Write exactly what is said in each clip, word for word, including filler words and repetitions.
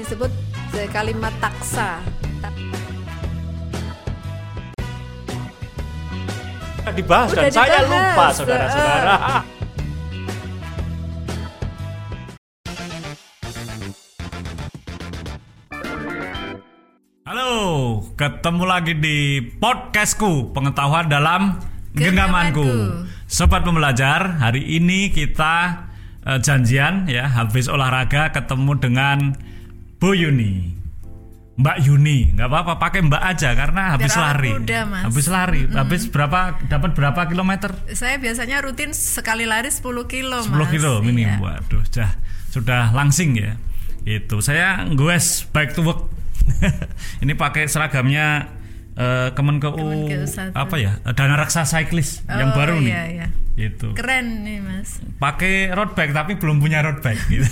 disebut kalimat taksa. Dibahas dan saya lupa, saudara-saudara. Halo, ketemu lagi di podcastku, pengetahuan dalam genggamanku. Sobat pembelajar, hari ini kita uh, janjian ya, habis olahraga ketemu dengan Bu Yuni. Mbak Yuni, nggak apa-apa, pakai Mbak aja karena habis Biar lari. Muda, habis lari, mm. habis berapa? Dapat berapa kilometer? Saya biasanya rutin sekali lari sepuluh kilo, Mas. sepuluh kilo minim. Iya. Waduh, sudah sudah langsing ya. Itu saya nggoes back to work. Ini pakai seragamnya uh, Kemenkeu apa ya? Dana Raksa Cyclist oh, yang baru nih. Iya, iya. Itu. Keren nih, Mas. Pakai road bike tapi belum punya road bike gitu.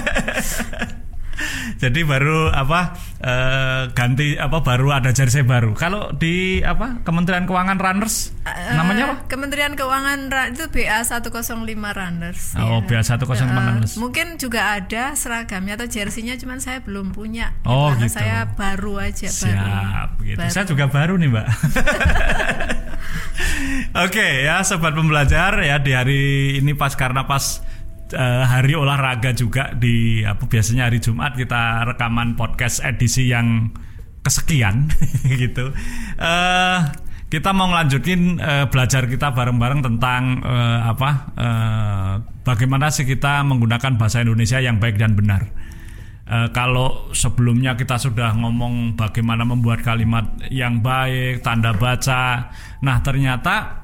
Jadi baru apa uh, ganti apa baru ada jersey baru. Kalau di apa Kementerian Keuangan Runners uh, namanya apa? Kementerian Keuangan itu B A seratus lima Runners. Oh, ya. B A seratus lima uh, Runners. Mungkin juga ada seragamnya atau jersey-nya, cuman saya belum punya. Oh, karena gitu. Saya baru aja. Siap, baru. gitu. Baru. Saya juga baru nih, Mbak. Oke, okay, ya sobat pembelajar ya, di hari ini pas karena pas Uh, hari olahraga juga di apa biasanya hari Jumat kita rekaman podcast edisi yang kesekian gitu. Uh, kita mau ngelanjutin uh, belajar kita bareng-bareng tentang uh, apa uh, bagaimana sih kita menggunakan bahasa Indonesia yang baik dan benar. Uh, kalau sebelumnya kita sudah ngomong bagaimana membuat kalimat yang baik, tanda baca. Nah, ternyata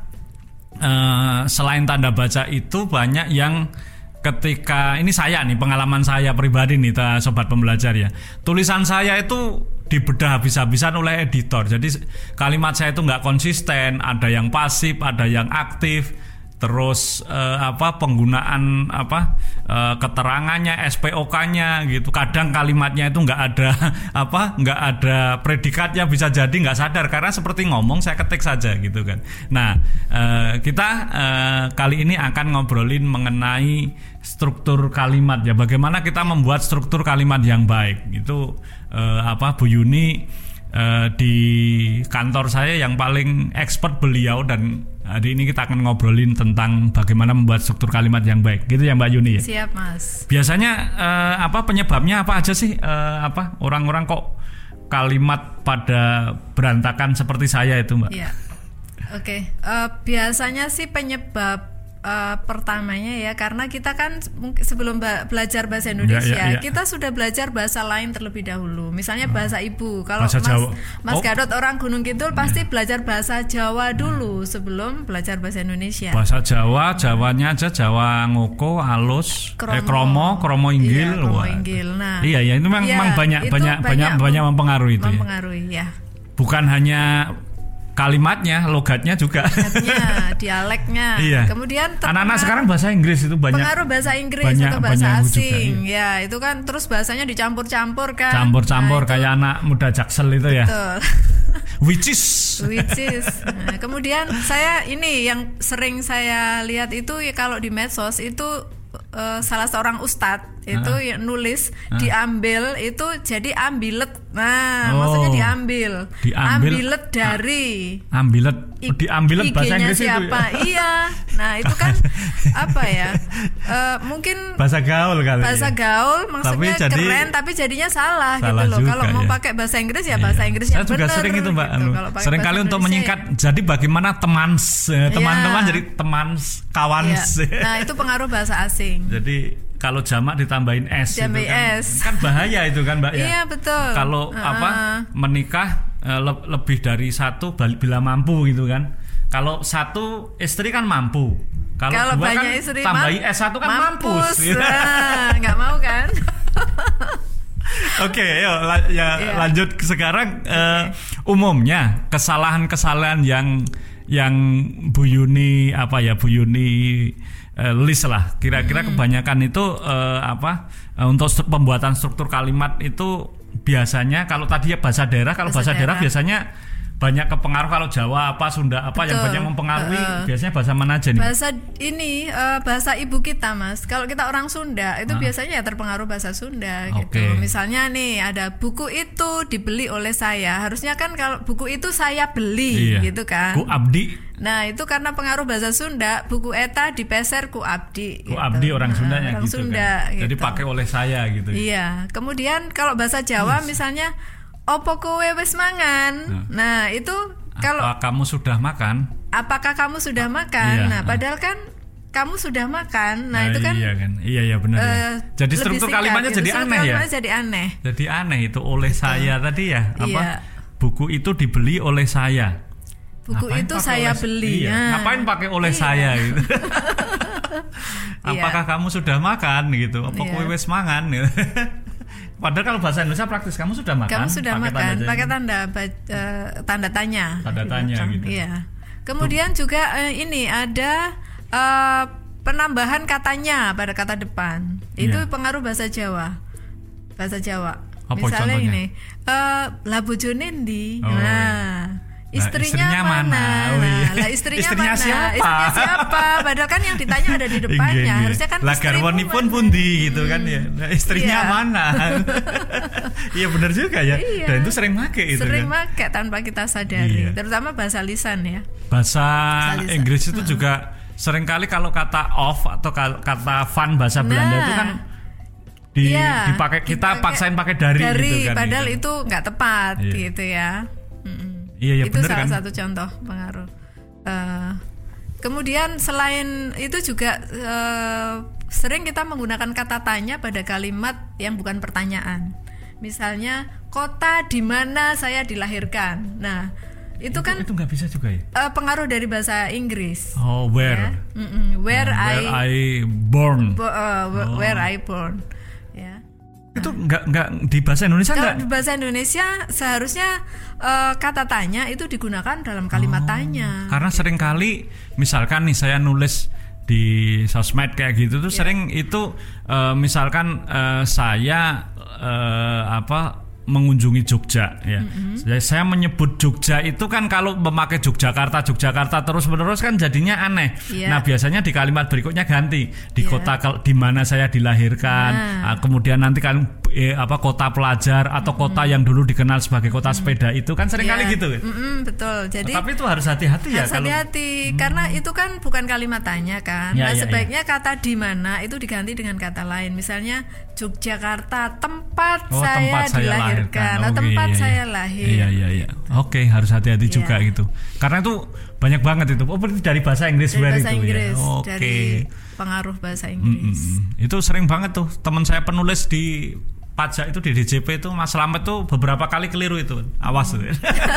uh, selain tanda baca itu banyak yang ketika ini saya nih pengalaman saya pribadi nih sobat pembelajar ya, tulisan saya itu dibedah habis-habisan oleh editor. Jadi kalimat saya itu nggak konsisten, ada yang pasif, ada yang aktif. Terus eh, apa penggunaan apa eh, keterangannya, S P O K-nya gitu. Kadang kalimatnya itu nggak ada apa nggak ada predikatnya, bisa jadi nggak sadar karena seperti ngomong saya ketik saja gitu kan. Nah eh, kita eh, kali ini akan ngobrolin mengenai struktur kalimat ya. Bagaimana kita membuat struktur kalimat yang baik. Itu eh, apa Bu Yuni eh, di kantor saya yang paling expert beliau, dan hari ini kita akan ngobrolin tentang bagaimana membuat struktur kalimat yang baik, gitu ya Mbak Yuni ya. Siap Mas. Biasanya eh, apa penyebabnya apa aja sih eh, apa orang-orang kok kalimat pada berantakan seperti saya itu Mbak? Iya. Oke. Okay. Uh, biasanya sih penyebab Uh, pertamanya ya karena kita kan sebelum ba- belajar bahasa Indonesia ya, ya, ya. kita sudah belajar bahasa lain terlebih dahulu, misalnya bahasa ibu. Kalau bahasa Mas, Jawa. Mas oh. Gadot orang Gunung Kidul pasti ya. belajar bahasa Jawa dulu sebelum belajar bahasa Indonesia. Bahasa Jawa, Jawanya aja Jawa ngoko, alus, kromo, eh, kromo, kromo inggil. Iya, kromo inggil. Nah, iya ya itu memang, ya, memang banyak, itu banyak banyak banyak banyak mempengaruhi itu. Mempengaruhi ya. ya. Bukan hanya kalimatnya, logatnya juga. Logatnya, dialeknya. Iya. Kemudian anak-anak sekarang bahasa Inggris itu banyak. Pengaruh bahasa Inggris banyak, atau bahasa asing. Juga, iya. Ya, itu kan terus bahasanya dicampur-campur kan. Campur-campur nah, kayak anak muda Jaksel itu ya. Betul. Which is Which is. Nah, kemudian saya ini yang sering saya lihat itu ya, kalau di medsos itu uh, salah seorang ustadz itu uh, yang nulis uh, diambil itu jadi ambilet. Nah, oh, maksudnya diambil. Diambil ambilet dari ambilet I- diambilet bahasa Inggris siapa? Itu ya? Iya. Nah, itu kan apa ya? Uh, mungkin bahasa gaul kali. Bahasa gaul maksudnya tapi jadi, keren tapi jadinya salah, salah gitu loh. Kalau ya. Mau pakai bahasa Inggris ya bahasa Inggris yang benar. Saya juga sering itu, Mbak. Gitu. Sering kali untuk menyingkat ya. Jadi bagaimana teman teman-teman ya. Jadi teman kawan. Ya. Nah, itu pengaruh bahasa asing. Jadi kalau jamak ditambahin S itu kan, kan bahaya itu kan Mbak ya. Iya betul. Kalau uh. apa menikah le- lebih dari satu bila mampu gitu kan. Kalau satu istri kan mampu. Kalau dua kan tambahi S satu kan mampus. mampus. Nah, nggak mau kan? Oke, okay, yuk la- ya yeah. lanjut sekarang. Uh, umumnya kesalahan-kesalahan yang yang Bu Yuni apa ya Bu Yuni uh, list lah. Kira-kira hmm. kebanyakan itu uh, apa uh, untuk stru- pembuatan struktur kalimat itu biasanya kalau tadi ya bahasa daerah, kalau bahasa, bahasa daerah. daerah biasanya banyak kepengaruh kalau Jawa apa Sunda apa. Betul. Yang banyak mempengaruhi uh, biasanya bahasa mana aja nih? Bahasa ini uh, bahasa ibu kita, Mas. Kalau kita orang Sunda itu uh. biasanya ya terpengaruh bahasa Sunda gitu. Okay. Misalnya nih ada buku itu dibeli oleh saya. Harusnya kan kalau buku itu saya beli, iya. gitu kan. Ku abdi. Nah itu karena pengaruh bahasa Sunda, buku eta dipeser ku abdi. Ku gitu. Abdi orang Sundanya orang gitu Sunda, kan. Gitu. Jadi pakai oleh saya gitu. Iya. Kemudian kalau bahasa Jawa yes. misalnya opo kowe wis mangan. Nah, nah itu kalau apa kamu sudah makan? Apakah kamu sudah makan? Iya. Nah padahal kan kamu sudah makan. Nah, nah itu kan iya kan. Iya ya benar. Uh, ya. Jadi struktur singkat, kalimatnya gitu. jadi struktur aneh ya. Jadi aneh. Jadi aneh itu oleh gitu. saya tadi ya. Apa? Iya. Buku itu dibeli oleh saya. Buku ngapain itu saya oleh, beli. Iya. Nah. Ngapain pakai oleh iya. saya gitu? Apakah iya. kamu sudah makan gitu? Apa iya. kowe wis mangan gitu? Padahal kalau bahasa Indonesia praktis kamu sudah makan. Kamu sudah pakai makan, tanda pakai tanda uh, tanda tanya. Tanda tanya gitu. Iya. Kemudian Tuh. juga uh, ini ada uh, penambahan katanya pada kata depan. Itu iya. pengaruh bahasa Jawa. Bahasa Jawa. Apa Misalnya contohnya? ini, uh, lah bojone ndi? Oh. Nah, Istrinya, istrinya mana? mana? Oh, iya. Lah istrinya, istrinya mana? Siapa? Istrinya siapa? Padahal kan yang ditanya ada di depannya. Harusnya kan lah garwanipun pundi gitu kan ya. Nah, istrinya iya. mana? Iya benar juga ya. Iya. Dan itu sering make itu Sering kan. make tanpa kita sadari. Iya. Terutama bahasa lisan ya. Bahasa, bahasa lisan. Inggris itu uh-huh. juga seringkali kalau kata off atau kata fun bahasa nah. Belanda itu kan di, iya, dipakai kita dipakai paksain pakai dari, dari gitu kan. Padahal gitu. itu nggak tepat iya. gitu ya. Mm-mm. Iya, ya, itu bener, salah kan? satu contoh pengaruh. Uh, kemudian selain itu juga uh, sering kita menggunakan kata tanya pada kalimat yang bukan pertanyaan. Misalnya kota di mana saya dilahirkan. Nah itu, itu kan itu nggak bisa juga ya? Uh, pengaruh dari bahasa Inggris. Oh where? Ya? Where, oh, I, where I born. Bo, uh, oh. Where I born. Ya. Itu nggak nggak di bahasa Indonesia nggak? Di bahasa Indonesia seharusnya uh, kata tanya itu digunakan dalam kalimat oh, tanya. Karena sering kali misalkan nih saya nulis di sosmed kayak gitu tuh yeah. sering itu uh, misalkan uh, saya uh, apa mengunjungi Jogja ya. Mm-hmm. Saya menyebut Jogja itu kan kalau memakai Yogyakarta Yogyakarta terus-menerus kan jadinya aneh. Yeah. Nah, biasanya di kalimat berikutnya ganti di yeah. kota di mana saya dilahirkan. Nah. Kemudian nanti kan eh, apa kota pelajar atau mm-hmm. kota yang dulu dikenal sebagai kota mm-hmm. sepeda itu kan sering yeah. kali gitu. Mm-hmm, betul. Jadi tapi itu harus hati-hati ya harus hati-hati kalau, karena hmm. itu kan bukan kalimat tanya kan. Ya, nah, ya, sebaiknya ya. kata di mana itu diganti dengan kata lain. Misalnya Yogyakarta tempat oh, saya tempat saya dilahirkan atau okay, tempat iya, saya iya. lahir. Iya iya iya. Oke, okay, harus hati-hati iya. juga gitu. Karena itu banyak banget itu. Oh, berarti dari bahasa Inggris dari bahasa itu Inggris, ya. Oke. Okay. Dari pengaruh bahasa Inggris. Mm-mm. Itu sering banget tuh. Teman saya penulis di pajak itu di D J P itu Mas Slamet tuh beberapa kali keliru itu. Awas tuh.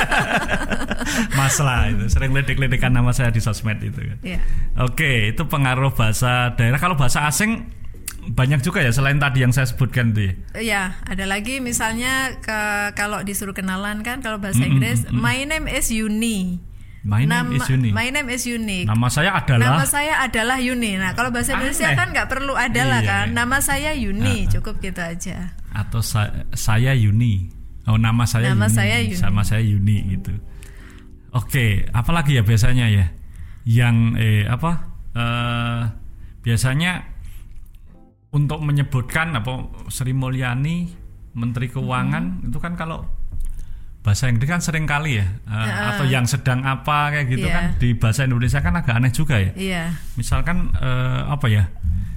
Masalah itu sering ledek-ledekan nama saya di sosmed itu kan. Yeah. Oke, okay, itu pengaruh bahasa daerah. Kalau bahasa asing banyak juga ya selain tadi yang saya sebutkan itu ya. Iya, ada lagi misalnya ke, kalau disuruh kenalan kan kalau bahasa Inggris, mm-hmm. my name is Yuni. My name nama, is Yuni. My name is Yuni. Nama saya adalah. Nama saya adalah Yuni. Nah, kalau bahasa Indonesia Aneh. kan nggak perlu adalah iya, kan. Iya. Nama saya Yuni, uh-huh. cukup gitu aja. Atau sa- saya Yuni. Oh, nama saya nama Yuni. Saya Yuni. Sama saya Yuni gitu. Oke, apalagi ya biasanya ya? Yang eh apa? Uh, biasanya untuk menyebutkan apa Sri Mulyani Menteri Keuangan hmm. itu kan kalau bahasa Inggris kan sering kali ya uh, uh, atau yang sedang apa kayak gitu yeah. kan di bahasa Indonesia kan agak aneh juga ya. Yeah. Misalkan uh, apa ya?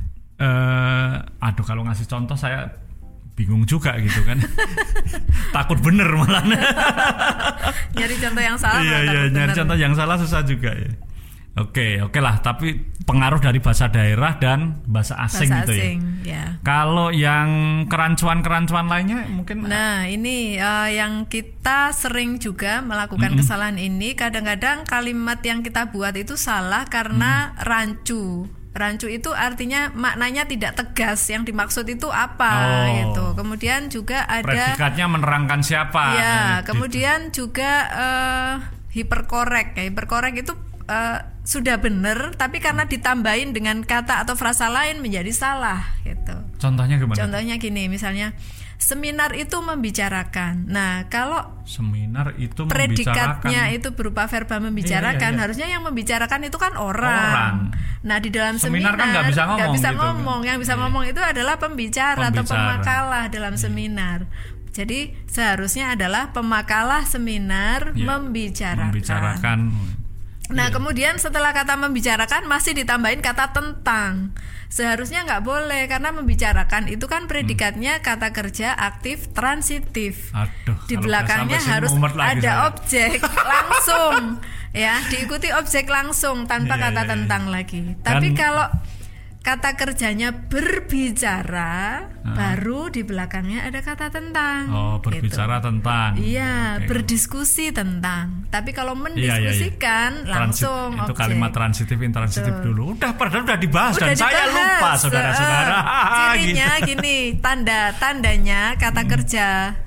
Uh, aduh kalau ngasih contoh saya bingung juga gitu kan. Takut bener malah. Nyari contoh yang salah. Iya iya nyari contoh yang salah susah juga ya. Oke, oke lah. Tapi pengaruh dari bahasa daerah dan bahasa asing bahasa gitu asing, ya. ya. Kalau yang kerancuan-kerancuan lainnya mungkin. Nah, ini uh, yang kita sering juga melakukan mm-hmm. kesalahan ini. Kadang-kadang kalimat yang kita buat itu salah karena mm. rancu. Rancu itu artinya maknanya tidak tegas. Yang dimaksud itu apa oh. gitu. Kemudian juga ada. Predikatnya menerangkan siapa. Ya. Kemudian gitu. juga uh, hiperkorek. Ya, hiperkorek itu. Uh, sudah benar tapi karena ditambahin dengan kata atau frasa lain menjadi salah gitu. Contohnya gimana? Contohnya gini, misalnya seminar itu membicarakan. Nah, kalau seminar itu predikatnya itu berupa verba membicarakan, iya, iya, iya. harusnya yang membicarakan itu kan orang. orang. Nah, di dalam seminar, seminar kan nggak bisa ngomong. Gak bisa gitu, ngomong. kan? Yang bisa iya. ngomong itu adalah pembicara, pembicara. atau pemakalah dalam iya. seminar. Jadi seharusnya adalah pemakalah seminar iya. membicarakan. Membicarakan. Nah, iya. kemudian setelah kata membicarakan masih ditambahin kata tentang. Seharusnya nggak boleh karena membicarakan itu kan predikatnya hmm. kata kerja aktif transitif. Aduh, di belakangnya harus ada saya. objek langsung, ya diikuti objek langsung tanpa yeah, kata yeah, tentang yeah. lagi. Tapi Dan, kalau kata kerjanya berbicara, uh, baru di belakangnya ada kata tentang. Oh, berbicara gitu. tentang. Iya, okay. berdiskusi tentang. Tapi kalau mendiskusikan iya, iya, iya. langsung Transit, itu objek. kalimat transitif intransitif Betul. dulu. Udah padahal udah dibahas udah dan dibahas. saya lupa, saudara-saudara. Uh, cirinya gitu. gini, tanda-tandanya kata hmm. kerja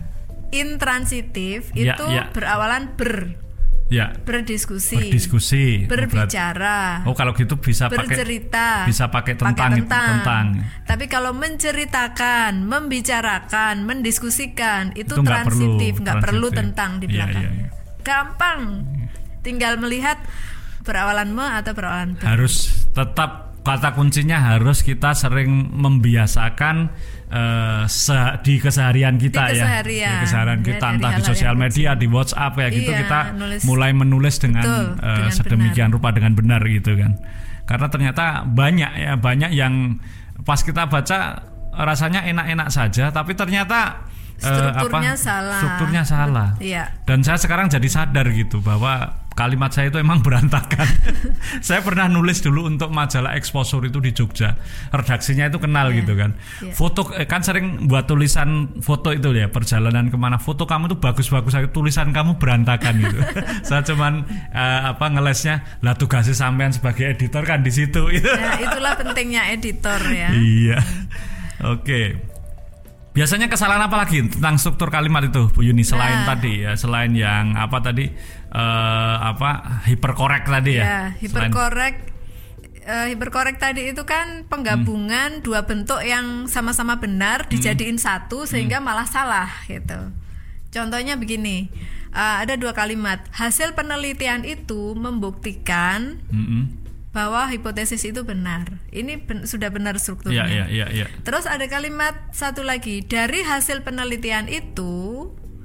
intransitif ya, itu ya. berawalan ber. Ya. Berdiskusi, berdiskusi, berbicara. Oh, kalau gitu bisa bercerita, pakai bisa pakai tentang, pakai tentang. tentang. Tapi kalau menceritakan, membicarakan, mendiskusikan itu, itu transitif, nggak perlu, perlu tentang di iya, belakang. iya, iya. Gampang, tinggal melihat berawalan me atau berawalan ber. Harus tetap kata kuncinya harus kita sering membiasakan uh, se- di keseharian kita di keseharian. ya di keseharian ya, kita entah di sosial media kecil. Di WhatsApp ya gitu iya, kita nulis. mulai menulis dengan, Betul, uh, dengan sedemikian benar. rupa dengan benar gitu kan, karena ternyata banyak ya banyak yang pas kita baca rasanya enak-enak saja tapi ternyata strukturnya uh, apa, salah strukturnya salah iya. Dan saya sekarang jadi sadar gitu bahwa kalimat saya itu emang berantakan. Saya pernah nulis dulu untuk majalah Exposure itu di Jogja, redaksinya itu kenal yeah. gitu kan yeah. Foto eh, kan sering buat tulisan foto itu ya, perjalanan kemana, foto kamu tuh bagus-bagus, tulisan kamu berantakan gitu. Saya cuman uh, apa ngelesnya lah, tugasnya sampean sebagai editor kan di situ. Ya, itulah pentingnya editor ya. Iya. Oke. Okay. Biasanya kesalahan apa lagi tentang struktur kalimat itu, Bu Yuni, selain nah. tadi ya, selain yang apa tadi uh, apa hiperkorek tadi ya? Ya, hiperkorek uh, hiperkorek tadi itu kan penggabungan hmm. dua bentuk yang sama-sama benar dijadiin hmm. satu sehingga hmm. malah salah gitu. Contohnya begini, uh, ada dua kalimat, hasil penelitian itu membuktikan hmm. bahwa hipotesis itu benar. Ini ben, sudah benar strukturnya. Ya, ya, ya, ya. Terus ada kalimat satu lagi, dari hasil penelitian itu,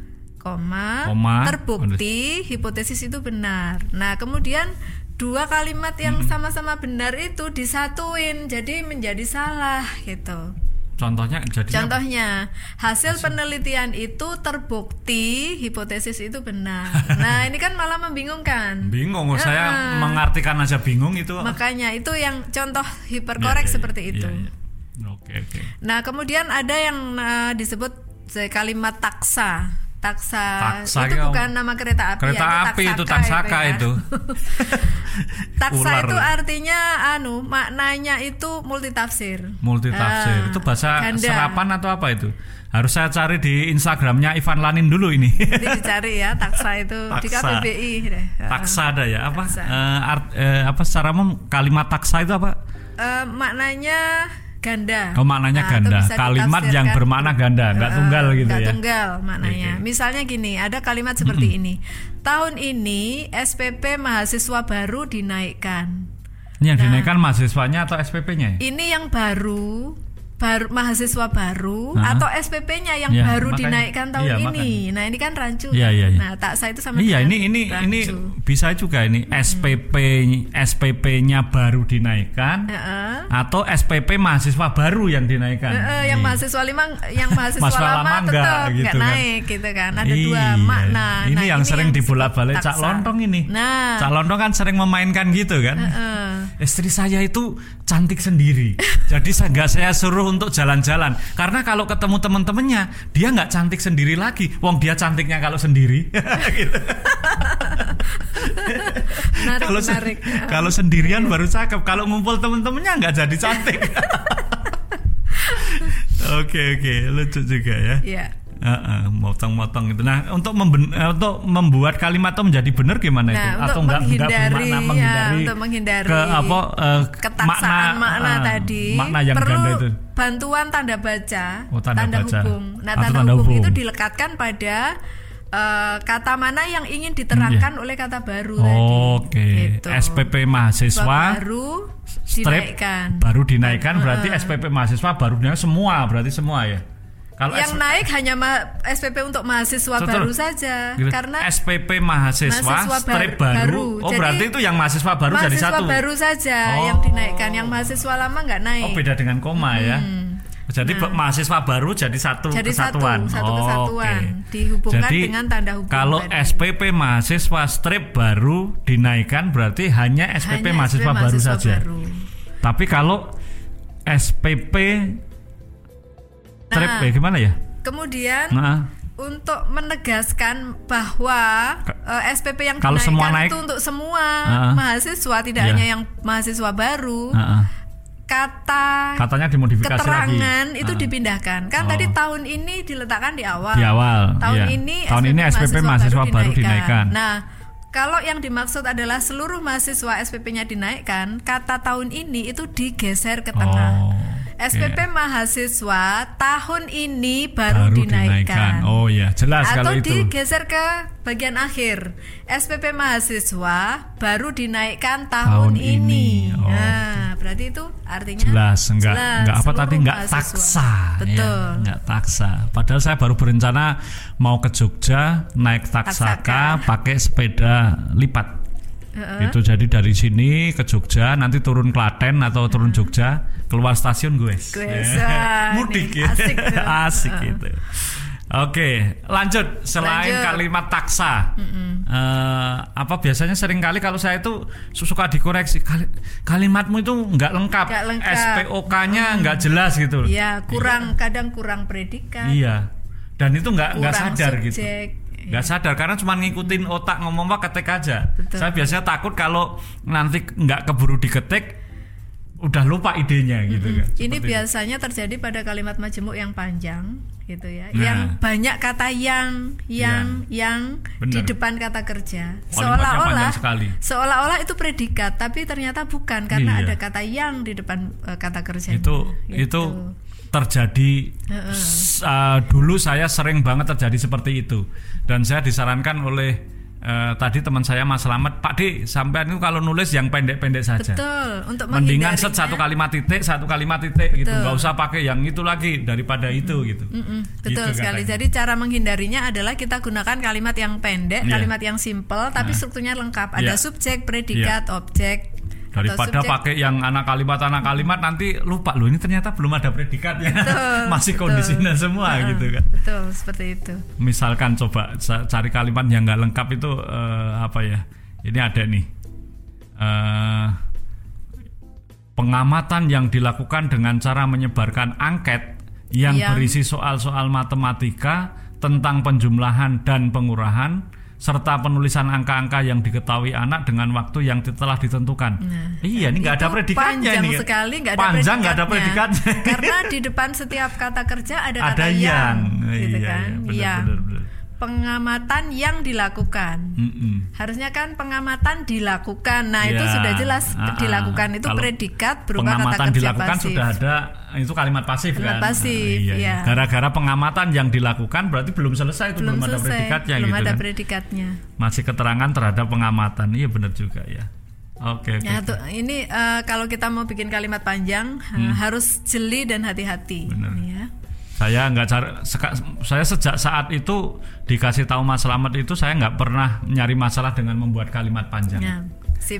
koma, koma terbukti benar. hipotesis itu benar. Nah, kemudian dua kalimat yang hmm. sama-sama benar itu disatuin, jadi menjadi salah gitu. Contohnya jadinya Contohnya hasil, hasil penelitian itu terbukti hipotesis itu benar. Nah, ini kan malah membingungkan. Bingung, ya, saya uh, mengartikan aja bingung itu. Makanya itu yang contoh hiperkorek ya, ya, seperti ya, itu. Ya, ya. Oke, oke. Nah, kemudian ada yang uh, disebut kalimat taksa. Taksa, taksa itu ya, bukan nama kereta api. Kereta ya, api itu taksaka itu. Ya. itu. Taksa Ular. Itu artinya anu maknanya itu multitafsir. Multitafsir. Uh, itu bahasa ganda. serapan atau apa itu? Harus saya cari di Instagramnya Ivan Lanin dulu ini. Nanti dicari ya taksa itu taksa. Di K P B I deh. Taksa ada ya apa? Uh, art, uh, apa secara umum kalimat taksa itu apa? Uh, maknanya ganda. Oh, maknanya nah, ganda. Kalimat yang bermakna ganda, enggak uh, tunggal gitu enggak ya. Tunggal maknanya. Okay. Misalnya gini, ada kalimat seperti mm-hmm. ini. Tahun ini S P P mahasiswa baru dinaikkan. Ini yang nah, dinaikkan mahasiswanya atau S P P-nya? Ini yang baru baru mahasiswa baru uh-huh. atau S P P-nya yang ya, baru makanya, dinaikkan tahun iya, ini. Makanya. Nah, ini kan rancu. Iya, iya, iya. Nah, taksa itu sama Iya, ini ini rancu. Ini bisa juga ini hmm. S P P S P P-nya baru dinaikkan uh-uh. atau S P P mahasiswa baru yang dinaikkan. Uh-uh, yang mahasiswa lima yang mahasiswa lama, lama tetap enggak gitu naik kan. Gitu kan. Ada iya. dua makna. Ini nah, yang ini sering yang dibolak-balik Cak Lontong ini. Nah, Cak Lontong kan sering memainkan gitu kan. Uh-uh. Istri saya itu cantik sendiri. Jadi saya enggak saya suruh untuk jalan-jalan. Karena kalau ketemu teman-temannya dia nggak cantik sendiri lagi, wong dia cantiknya kalau sendiri. gitu. Menarik, kalau menarik. Se- kalau sendirian baru cakep, kalau ngumpul teman-temannya nggak jadi cantik. Oke oke, lucu juga ya. Iya. Uh, uh, motong-motong itu. Nah, untuk memben- untuk membuat kalimat itu menjadi benar gimana nah, itu? Untuk Atau enggak enggak bermakna menghindari, ya, untuk menghindari ke apa uh, ketaksaan makna, makna uh, tadi makna yang perlu ganda itu. Bantuan tanda baca, oh, tanda, tanda baca. hubung. Nah, Atau tanda, tanda hubung, hubung itu dilekatkan pada uh, kata mana yang ingin diterangkan hmm, yeah. oleh kata baru oh, tadi. Oke. Okay. Gitu. S P P mahasiswa baru strip dinaikkan. Baru dinaikkan berarti uh, S P P mahasiswa baru dinaikkan semua, berarti semua ya. Kalau yang S P P naik hanya ma- S P P untuk mahasiswa Betul. baru saja gitu. Karena S P P mahasiswa, mahasiswa strip baru, baru. Oh jadi, berarti itu yang mahasiswa baru mahasiswa jadi satu. Mahasiswa baru saja oh. yang dinaikkan, yang mahasiswa lama nggak naik. Oh beda dengan koma hmm. ya. Jadi nah. mahasiswa baru jadi satu jadi kesatuan. Satu, satu oh, kesatuan okay. dihubungkan jadi, dengan tanda hubung. Kalau tadi. S P P mahasiswa strip baru dinaikkan berarti hanya S P P hanya mahasiswa, S P P baru mahasiswa saja. Baru. Tapi kalau S P P strip nah. eh, gimana ya? Kemudian nah. untuk menegaskan bahwa uh, S P P yang kalau dinaikkan naik, itu untuk semua uh, iya. mahasiswa, tidak hanya yang mahasiswa baru. Uh, uh. Kata katanya dimodifikasi keterangan lagi. itu uh. dipindahkan. Kan oh. tadi tahun ini diletakkan di awal. Di awal. Tahun iya. ini tahun S P P ini S P P mahasiswa, mahasiswa baru, baru dinaikkan. Nah, kalau yang dimaksud adalah seluruh mahasiswa S P P-nya dinaikkan, kata tahun ini itu digeser ke tengah. Oh. S P P okay. mahasiswa tahun ini baru, baru dinaikkan. dinaikkan. Oh ya, jelas Atau kalau itu. Atau digeser ke bagian akhir. S P P mahasiswa baru dinaikkan tahun, tahun ini. ini. Oh, nah, okay. berarti itu artinya jelas, enggak jelas, enggak apa tadi enggak taksa. Betul. Ya, enggak taksa. Padahal saya baru berencana mau ke Jogja naik taksaka, taksaka. pakai sepeda lipat. Uh-uh. Itu jadi dari sini ke Jogja, nanti turun Klaten atau turun uh-huh. Jogja, keluar stasiun gue. Yeah. Mudik ya. Asik, asik uh. gitu. Oke, lanjut. Selain lanjut. Kalimat taksa, uh, apa biasanya sering kali kalau saya itu suka dikoreksi, Kali, kalimatmu itu nggak lengkap, lengkap. S P O K-nya nggak hmm. jelas gitu. Iya, kurang iya. kadang kurang predikat. Iya, dan itu nggak nggak sadar subjek. gitu. Nggak sadar karena cuma ngikutin otak ngomong apa ketik aja. Betul. Saya biasanya takut kalau nanti nggak keburu diketik udah lupa idenya gitu mm-hmm. kan. Ini biasanya terjadi pada kalimat majemuk yang panjang gitu ya, nah. yang banyak kata yang yang ya. yang Bener. Di depan kata kerja. Seolah-olah seolah-olah itu predikat tapi ternyata bukan karena iya. ada kata yang di depan uh, kata kerja. Itu gitu. itu terjadi uh-uh. uh, dulu saya sering banget terjadi seperti itu dan saya disarankan oleh uh, tadi teman saya Mas Slamet, Pak D sampean itu kalau nulis yang pendek-pendek saja. Betul, untuk mendingan set satu kalimat titik satu kalimat titik Betul. Gitu nggak usah pakai yang itu lagi daripada mm-hmm. itu gitu. Mm-hmm. Betul gitu sekali. Katanya. Jadi cara menghindarinya adalah kita gunakan kalimat yang pendek, yeah. kalimat yang simple tapi nah. strukturnya lengkap. Ada yeah. subjek, predikat, yeah. objek. Daripada pakai yang anak kalimat anak kalimat nanti lupa loh ini ternyata belum ada predikatnya. Betul, masih kondisinya betul. Semua uh, gitu kan. Betul seperti itu. Misalkan coba cari kalimat yang nggak lengkap itu uh, apa ya? Ini ada nih uh, pengamatan yang dilakukan dengan cara menyebarkan angket yang, yang berisi soal-soal matematika tentang penjumlahan dan pengurahan serta penulisan angka-angka yang diketahui anak dengan waktu yang telah ditentukan. Nah, iya, ini nggak ada predikatnya panjang ini. sekali, nggak ada panjang nggak ada predikatnya. Karena di depan setiap kata kerja ada, ada kata yang, yang gitu iya, kan? Iya, yang. benar, benar. Pengamatan yang dilakukan. Mm-mm. Harusnya kan pengamatan dilakukan. Nah, ya, itu sudah jelas uh-uh. dilakukan itu kalau predikat berupa kata kerja dilakukan pasif. Sudah ada itu kalimat pasif kalimat kan. pasif, nah, iya, iya. Gara-gara pengamatan yang dilakukan berarti belum selesai itu belum, belum ada predikatnya belum gitu ada kan. predikatnya. Masih keterangan terhadap pengamatan. Iya benar juga ya. Oke, ya, oke. Tuh, ini uh, kalau kita mau bikin kalimat panjang hmm. harus jeli dan hati-hati. Benar. Ya. Saya nggak cari, seka, saya sejak saat itu dikasih tahu Mas Slamet itu saya nggak pernah nyari masalah dengan membuat kalimat panjang. Ya, sip.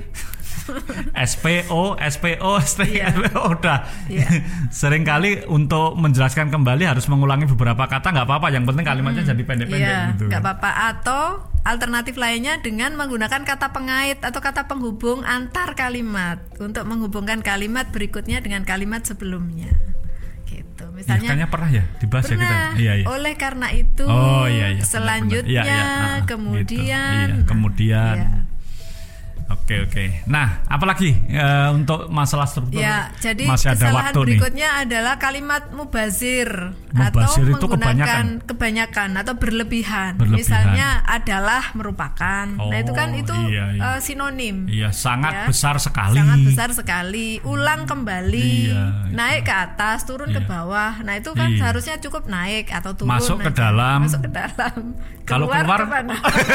S P O, S P O, S P O, yeah. udah. Yeah. Seringkali untuk menjelaskan kembali harus mengulangi beberapa kata nggak apa-apa. Yang penting kalimatnya hmm. jadi pendek-pendek yeah, gitu. Nggak apa-apa. Atau alternatif lainnya dengan menggunakan kata pengait atau kata penghubung antar kalimat untuk menghubungkan kalimat berikutnya dengan kalimat sebelumnya. Gitu. Misalnya, ya, kayaknya pernah ya dibahas pernah, ya kita. Iya, iya. Oleh karena itu, oh, iya, iya, selanjutnya, benar, benar. Iya, iya. Ah, kemudian, gitu. Iya, kemudian. Nah, iya. Oke. Oke oke. Nah, apalagi uh, untuk masalah struktur? Ya, jadi masih ada kesalahan waktu berikutnya nih. adalah kalimat mubazir, Mubazir atau itu menggunakan kebanyakan. kebanyakan atau berlebihan. Berlebihan. Misalnya adalah merupakan. Oh, nah, itu kan itu iya, iya. Uh, sinonim. Iya, sangat ya. besar sekali. Sangat besar sekali. Ulang kembali, Iya, naik ke atas, turun iya. ke bawah. Nah, itu kan Iya. seharusnya cukup naik atau turun. Masuk ke aja. dalam. Masuk ke dalam. Kalau keluar kemana?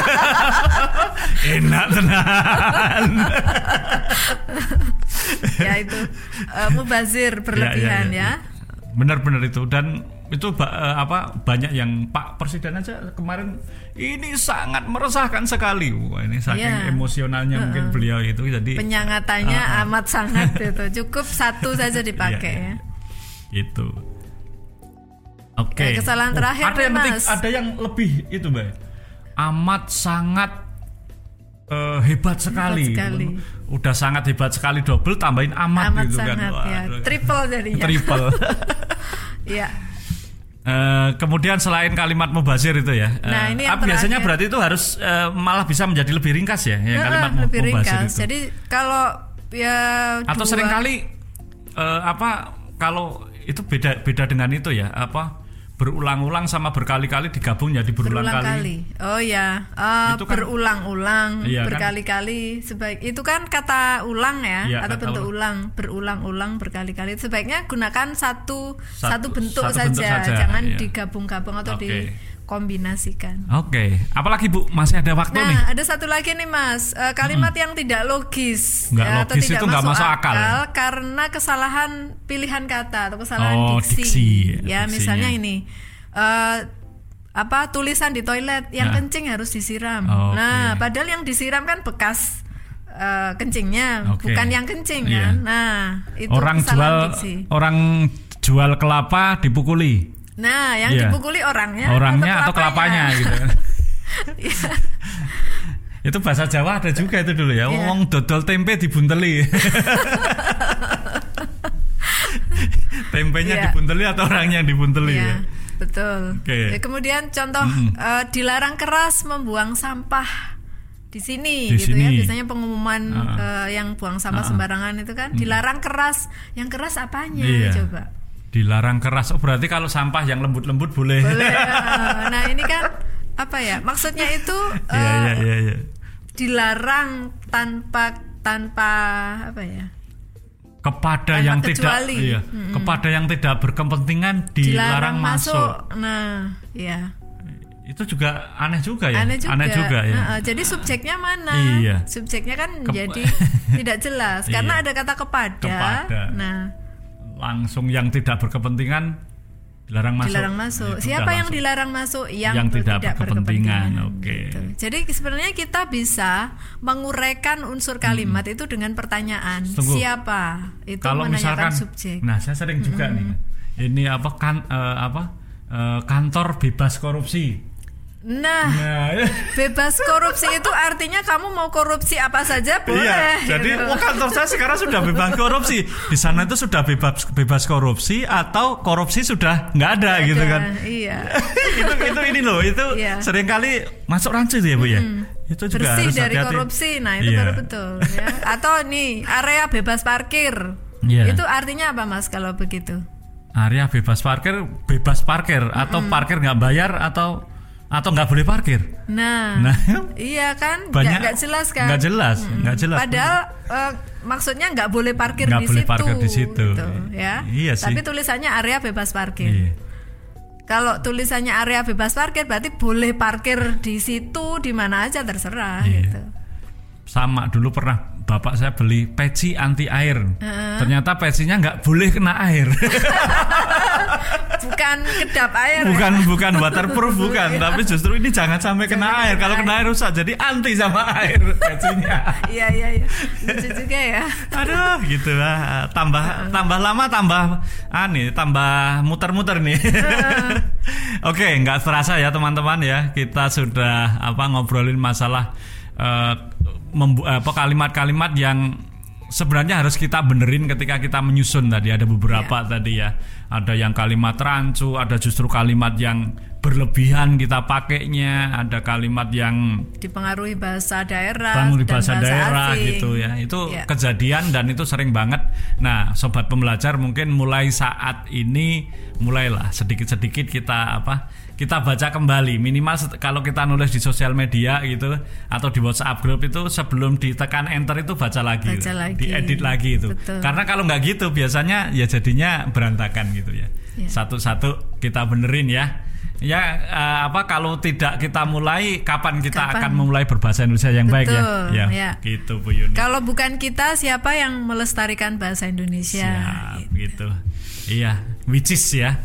enak tenan. Ya itu uh, mubazir berlebihan ya. ya, ya, ya. Benar-benar itu, dan itu uh, apa banyak yang Pak Presiden aja kemarin ini sangat meresahkan sekali. Wah, ini saking ya. emosionalnya uh-uh. mungkin beliau itu, jadi penyangatannya uh-uh. amat sangat itu. Cukup satu saja dipakai ya. ya. Itu. Oke. Okay. Ya, kesalahan terakhir oh, ada yang Mas. penting, ada yang lebih itu, Mbak. Amat sangat uh, hebat sekali. Hebat sekali. Udah sangat hebat sekali, double tambahin amat, amat gitu sangat, kan. Wah, ya. Triple jadinya. Triple. Iya. Uh, kemudian selain kalimat mubazir itu ya, nah, uh, ini yang biasanya terakhir. berarti itu harus uh, malah bisa menjadi lebih ringkas ya, ya nah, kalimat lebih mubazir ringkas. itu. Jadi kalau ya atau dua, seringkali uh, apa kalau itu beda beda dengan itu ya, apa berulang-ulang sama berkali-kali digabung jadi berulang, berulang kali. kali. Oh ya, uh, Itu kan- berulang-ulang, Iya, kan? berkali-kali. Sebaik itu kan kata ulang ya, Iya, atau kata bentuk ulang. ulang, berulang-ulang berkali-kali. Sebaiknya gunakan satu satu, Satu- bentuk, satu saja. bentuk saja, jangan iya. digabung-gabung atau Oke. dikombinasikan. Oke, apalagi Bu, masih ada waktu Nah, nih. ada satu lagi nih Mas, uh, kalimat hmm. yang tidak logis, Nggak ya, atau logis tidak itu nggak masuk akal, ya? karena kesalahan pilihan kata atau kesalahan Oh, diksi. diksi, Ya, diksinya. misalnya ini, uh, apa tulisan di toilet yang Nah. kencing harus disiram. Oh, nah, oke. padahal yang disiram kan bekas uh, kencingnya, Oke. bukan yang kencing Iya. kan. Nah, itu Orang jual kesalahan diksi. orang jual kelapa dipukuli. Nah, yang Iya. dipukuli orangnya, Orangnya atau kelapanya, gitu. Iya. Itu bahasa Jawa ada juga itu dulu ya. Iya. Wong dodol tempe dibunteli. Tempenya Iya. dibunteli atau orangnya yang dibunteli Iya, ya. betul. Oke. Ya, kemudian contoh Mm-mm. eh, dilarang keras membuang sampah di sini Di gitu sini. ya. Biasanya pengumuman Uh-uh. eh, yang buang sampah Uh-uh. sembarangan itu kan dilarang keras. Yang keras apanya Iya. coba? Dilarang keras. Oh, berarti kalau sampah yang lembut-lembut boleh. Boleh. eh, nah, ini kan apa ya? Maksudnya itu eh, Iya, iya, iya, iya. dilarang tanpa tanpa apa ya? Kepada Tanpa yang kecuali. tidak iya, Mm-mm. kepada yang tidak berkepentingan dilarang, masuk. Nah, ya. Itu juga aneh juga ya. Aneh juga, ya. Nah, jadi subjeknya mana? Iya. Subjeknya kan Kep- jadi tidak jelas karena Iya. ada kata kepada. Kepada. Nah, Langsung yang tidak berkepentingan dilarang masuk. dilarang masuk. Itu Siapa udah yang langsung. dilarang masuk? Yang, Yang tidak tidak berkepentingan. berkepentingan. Oke. Gitu. Jadi sebenarnya kita bisa menguraikan unsur kalimat itu dengan pertanyaan. Tunggu. Siapa? Itu Kalau menanyakan misalkan, subjek. nah saya sering juga nih, ini apa kan eh, apa eh, kantor bebas korupsi. Nah, Nah, bebas korupsi itu artinya kamu mau korupsi apa saja boleh. iya. Jadi gitu. oh, kantor saya sekarang sudah bebas korupsi. Di sana itu sudah bebas bebas korupsi atau korupsi sudah nggak ada, Ada, gitu kan? Iya. itu itu ini loh itu Iya. seringkali masuk rancu ya Bu ya. Hmm. Itu juga Bersih harus dari hati-hati. korupsi, nah itu Iya. baru betul ya. Atau nih area bebas parkir, Iya. itu artinya apa Mas kalau begitu? Area bebas parkir, bebas parkir atau parkir nggak bayar atau atau nggak boleh parkir. Nah, Nah, iya kan, banyak- nggak nggak jelas kan? nggak jelas, nggak jelas. Padahal eh, maksudnya nggak boleh parkir Nggak di boleh situ, parkir di situ. gitu, ya. Iya sih. Tapi tulisannya area bebas parkir. Iya. Kalau tulisannya area bebas parkir berarti boleh parkir di situ di mana aja terserah Iya. gitu. Sama dulu pernah bapak saya beli peci anti air. Uh-huh. Ternyata pecinya nggak boleh kena air. Bukan kedap air. bukan ya? bukan waterproof bukan, tapi justru ini jangan sampai kena Jangan air. kena Kalau air. kena air rusak, jadi anti sama air pecinya. Iya iya iya. Lucu juga ya. Aduh, gitu lah. Tambah tambah lama tambah aneh, tambah muter-muter nih. Oke, nggak terasa ya teman-teman ya. Kita sudah apa ngobrolin masalah eh, membu- apa kalimat-kalimat yang sebenarnya harus kita benerin ketika kita menyusun tadi. Ada beberapa Ya. tadi ya. Ada yang kalimat rancu, ada justru kalimat yang berlebihan kita pakainya, ada kalimat yang dipengaruhi bahasa daerah, pengaruhi dan bahasa, bahasa daerah asing. gitu ya. Itu Ya. kejadian dan itu sering banget. Nah, sobat pembelajar mungkin mulai saat ini mulailah sedikit-sedikit kita apa? Kita baca kembali minimal set, kalau kita nulis di sosial media gitu atau di WhatsApp group itu sebelum ditekan enter itu baca lagi, Baca lagi. diedit lagi itu. Betul. Karena kalau nggak gitu biasanya ya jadinya berantakan gitu ya. Ya. Satu-satu kita benerin ya. Ya uh, apa kalau tidak kita mulai kapan kita Kapan? akan memulai berbahasa Indonesia yang baik ya? Betul, Ya, ya. gitu Bu Yuni. Kalau bukan kita, siapa yang melestarikan bahasa Indonesia? Siap, gitu. Iya, which is ya.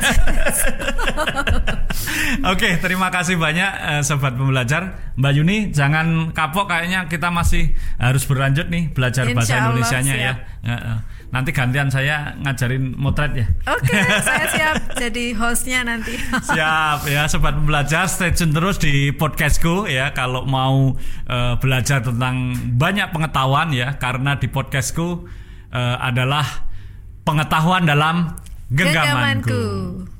Oke, terima kasih banyak uh, sobat pembelajar. Mbak Yuni, jangan kapok, kayaknya kita masih harus berlanjut nih belajar Insya bahasa Allah, Indonesianya siap. ya. Uh, uh. Nanti gantian saya ngajarin motret ya. Oke, saya siap jadi hostnya nanti. Siap ya sobat pembelajar, stay tune terus di podcastku ya kalau mau uh, belajar tentang banyak pengetahuan ya, karena di podcastku uh, adalah pengetahuan dalam genggamanku. Genggamanku.